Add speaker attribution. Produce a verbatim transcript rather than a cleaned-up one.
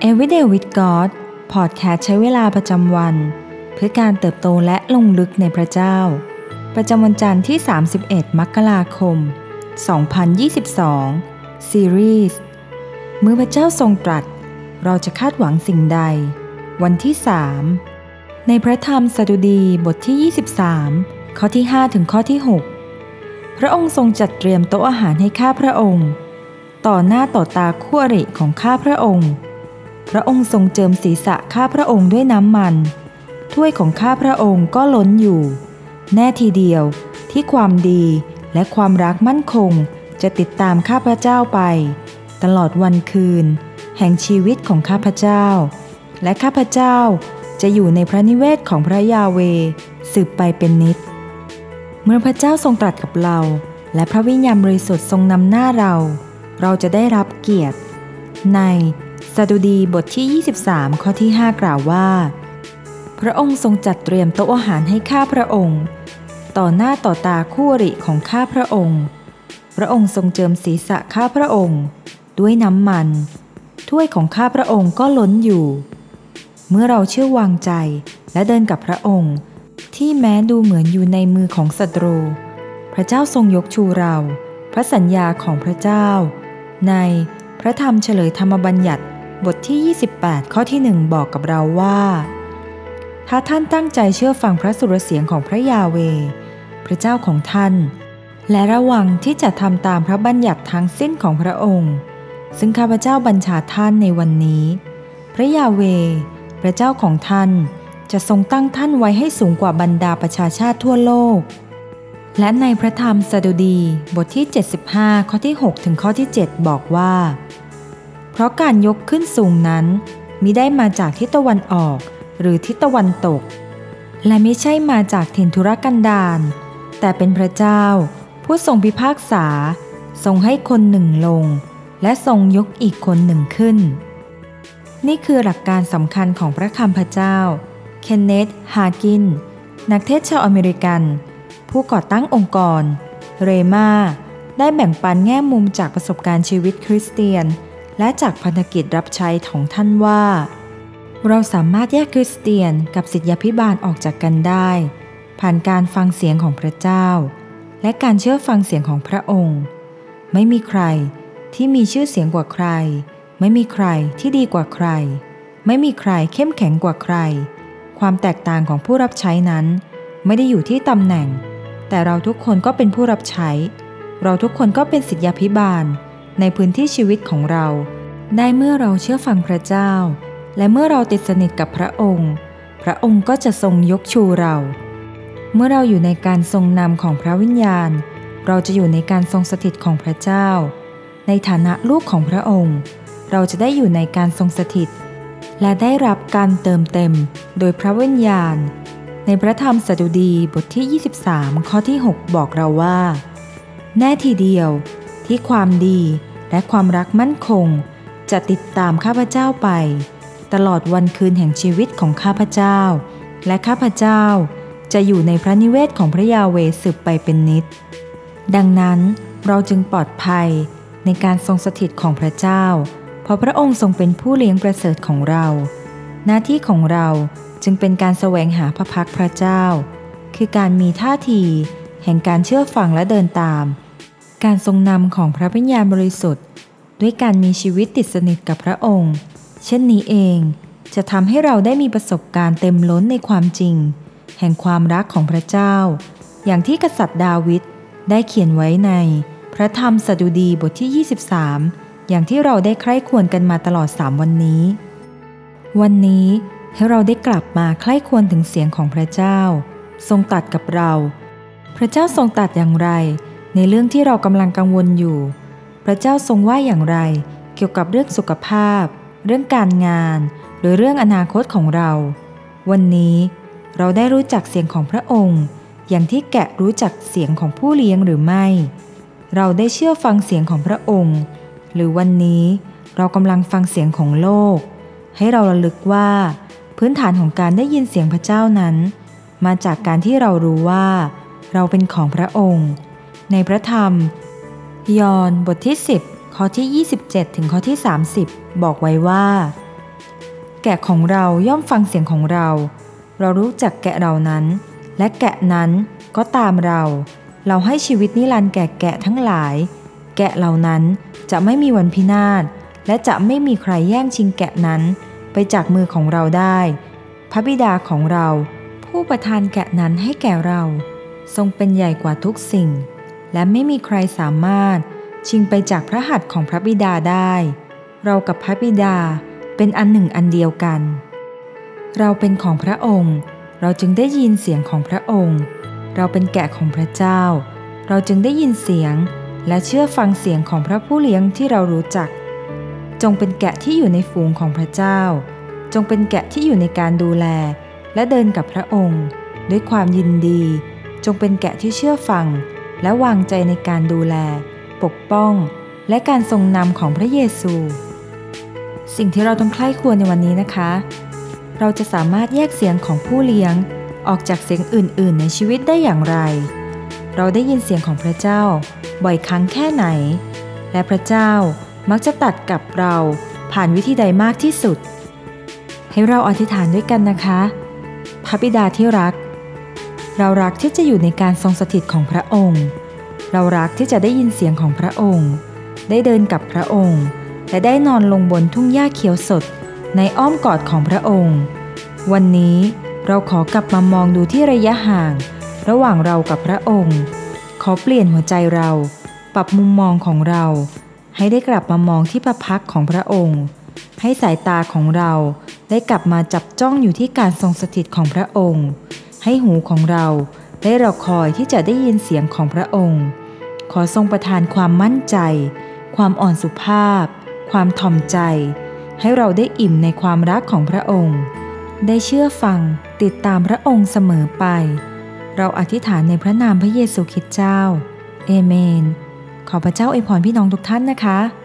Speaker 1: Everyday with God พอดแคสต์ใช้เวลาประจำวันเพื่อการเติบโตและลงลึกในพระเจ้าประจำวันจันทร์ที่สามสิบเอ็ดมกราคมสองพันยี่สิบสองซีรีส์เมื่อพระเจ้าทรงตรัสเราจะคาดหวังสิ่งใดวันที่สามในพระธรรมสดุดีบทที่ยี่สิบสามข้อที่ห้าถึงข้อที่หกพระองค์ทรงจัดเตรียมโต๊ะอาหารให้ข้าพระองค์ต่อหน้าต่อตาคู่อริของข้าพระองค์พระองค์ทรงเจิมศีรษะข้าพระองค์ด้วยน้ำมันถ้วยของข้าพระองค์ก็ล้นอยู่แน่ทีเดียวที่ความดีและความรักมั่นคงจะติดตามข้าพเจ้าไปตลอดวันคืนแห่งชีวิตของข้าพเจ้าและข้าพเจ้าจะอยู่ในพระนิเวศของพระยาเวห์สืบไปเป็นนิจเมื่อพระเจ้าทรงตรัสกับเราและพระวิญญาณบริสุทธิ์ทรงนำหน้าเราเราจะได้รับเกียรติในสดุดีบทที่ยี่สิบสามข้อที่ห้ากล่าวว่าพระองค์ทรงจัดเตรียมโต๊ะอาหารให้ข้าพระองค์ต่อหน้าต่อตาคู่อริของข้าพระองค์พระองค์ทรงเจิมศีรษะข้าพระองค์ด้วยน้ำมันถ้วยของข้าพระองค์ก็ล้นอยู่เมื่อเราเชื่อวางใจและเดินกับพระองค์ที่แม้ดูเหมือนอยู่ในมือของศัตรูพระเจ้าทรงยกชูเราพระสัญญาของพระเจ้าในพระธรรมเฉลยธรรมบัญญัติบทที่ยี่สิบแปดข้อที่หนึ่งบอกกับเราว่าถ้าท่านตั้งใจเชื่อฟังพระสุรเสียงของพระยาเวห์พระเจ้าของท่านและระวังที่จะทำตามพระบัญญัติทั้งสิ้นของพระองค์ซึ่งข้าพเจ้าบัญชาท่านในวันนี้พระยาเวห์พระเจ้าของท่านจะทรงตั้งท่านไว้ให้สูงกว่าบรรดาประชาชาติทั่วโลกและในพระธรรมสดุดีบทที่เจ็ดสิบห้าข้อที่หกถึงข้อที่เจ็ดบอกว่าเพราะการยกขึ้นสูงนั้นมิได้มาจากทิศตะวันออกหรือทิศตะวันตกและไม่ใช่มาจากถิ่นทุรกันดารแต่เป็นพระเจ้าผู้ทรงพิพากษาทรงให้คนหนึ่งลงและทรงยกอีกคนหนึ่งขึ้นนี่คือหลักการสำคัญของพระคำพระเจ้าเคนเนธ ฮากินนักเทศน์ชาวอเมริกันผู้ก่อตั้งองค์กรเรมาได้แบ่งปันแง่มุมจากประสบการณ์ชีวิตคริสเตียนและจากพันธกิจรับใช้ของท่านว่าเราสามารถแยกคริสเตียนกับศิษยาภิบาลออกจากกันได้ผ่านการฟังเสียงของพระเจ้าและการเชื่อฟังเสียงของพระองค์ไม่มีใครที่มีชื่อเสียงกว่าใครไม่มีใครที่ดีกว่าใครไม่มีใครเข้มแข็งกว่าใครความแตกต่างของผู้รับใช้นั้นไม่ได้อยู่ที่ตำแหน่งแต่เราทุกคนก็เป็นผู้รับใช้เราทุกคนก็เป็นศิษยาภิบาลในพื้นที่ชีวิตของเราได้เมื่อเราเชื่อฟังพระเจ้าและเมื่อเราติดสนิทกับพระองค์พระองค์ก็จะทรงยกชูเราเมื่อเราอยู่ในการทรงนำของพระวิญญาณเราจะอยู่ในการทรงสถิตของพระเจ้าในฐานะลูกของพระองค์เราจะได้อยู่ในการทรงสถิตและได้รับการเติมเต็มโดยพระวิญญาณในพระธรรมสดุดีบทที่ยี่สิบสามข้อที่หกบอกเราว่าแน่ทีเดียวที่ความดีและความรักมั่นคงจะติดตามข้าพเจ้าไปตลอดวันคืนแห่งชีวิตของข้าพเจ้าและข้าพเจ้าจะอยู่ในพระนิเวศของพระยาเวห์สืบไปเป็นนิจดังนั้นเราจึงปลอดภัยในการทรงสถิตของพระเจ้าเพราะพระองค์ทรงเป็นผู้เลี้ยงประเสริฐของเราหน้าที่ของเราจึงเป็นการแสวงหาพระพักพระเจ้าคือการมีท่าทีแห่งการเชื่อฟังและเดินตามการทรงนำของพระวิญญาณบริสุทธิ์ด้วยการมีชีวิตติดสนิทกับพระองค์เช่นนี้เองจะทำให้เราได้มีประสบการณ์เต็มล้นในความจริงแห่งความรักของพระเจ้าอย่างที่กษัตริย์ดาวิดได้เขียนไว้ในพระธรรมสดุดีบทที่ยี่สิบสามอย่างที่เราได้ใคร่ครวญกันมาตลอดสามวันนี้วันนี้ให้เราได้กลับมาใคร่ครวญถึงเสียงของพระเจ้าทรงตรัสกับเราพระเจ้าทรงตรัสอย่างไรในเรื่องที่เรากำลังกังวลอยู่พระเจ้าทรงว่าอย่างไรเกี่ยวกับเรื่องสุขภาพเรื่องการงานหรือเรื่องอนาคตของเราวันนี้เราได้รู้จักเสียงของพระองค์อย่างที่แกะรู้จักเสียงของผู้เลี้ยงหรือไม่เราได้เชื่อฟังเสียงของพระองค์หรือวันนี้เรากำลังฟังเสียงของโลกให้เราระลึกว่าพื้นฐานของการได้ยินเสียงพระเจ้านั้นมาจากการที่เรารู้ว่าเราเป็นของพระองค์ในพระธรรมยอห์นบทที่สิบข้อที่ยี่สิบเจ็ดถึงข้อที่สามสิบบอกไว้ว่าแกะของเราย่อมฟังเสียงของเราเรารู้จักแกะเหล่านั้นและแกะนั้นก็ตามเราเราให้ชีวิตนิรันดร์แก่แกะทั้งหลายแกะเหล่านั้นจะไม่มีวันพินาศและจะไม่มีใครแย่งชิงแกะนั้นไปจากมือของเราได้พระบิดาของเราผู้ประทานแกะนั้นให้แก่เราทรงเป็นใหญ่กว่าทุกสิ่งและไม่มีใครสามารถชิงไปจากพระหัตถ์ของพระบิดาได้เรากับพระบิดาเป็นอันหนึ่งอันเดียวกันเราเป็นของพระองค์เราจึงได้ยินเสียงของพระองค์เราเป็นแกะของพระเจ้าเราจึงได้ยินเสียงและเชื่อฟังเสียงของพระผู้เลี้ยงที่เรารู้จักจงเป็นแกะที่อยู่ในฝูงของพระเจ้าจงเป็นแกะที่อยู่ในการดูแลและเดินกับพระองค์ด้วยความยินดีจงเป็นแกะที่เชื่อฟังและวางใจในการดูแลปกป้องและการทรงนำของพระเยซูสิ่งที่เราต้องใคร่ครวญในวันนี้นะคะเราจะสามารถแยกเสียงของผู้เลี้ยงออกจากเสียงอื่นๆในชีวิตได้อย่างไรเราได้ยินเสียงของพระเจ้าบ่อยครั้งแค่ไหนและพระเจ้ามักจะตัดกับเราผ่านวิธีใดมากที่สุดให้เราอธิษฐานด้วยกันนะคะพระบิดาที่รักเรารักที่จะอยู่ในการทรงสถิตของพระองค์เรารักที่จะได้ยินเสียงของพระองค์ได้เดินกับพระองค์และได้นอนลงบนทุ่งหญ้าเขียวสดในอ้อมกอดของพระองค์วันนี้เราขอกลับมามองดูที่ระยะห่างระหว่างเรากับพระองค์ขอเปลี่ยนหัวใจเราปรับมุมมองของเราให้ได้กลับมามองที่พระพักของพระองค์ให้สายตาของเราได้กลับมาจับจ้องอยู่ที่การทรงสถิตของพระองค์ให้หูของเราได้รอคอยที่จะได้ยินเสียงของพระองค์ขอทรงประทานความมั่นใจความอ่อนสุภาพความถ่อมใจให้เราได้อิ่มในความรักของพระองค์ได้เชื่อฟังติดตามพระองค์เสมอไปเราอธิษฐานในพระนามพระเยซูคริสต์เจ้าเอเมนขอพระเจ้าอวยพรพี่น้องทุกท่านนะคะ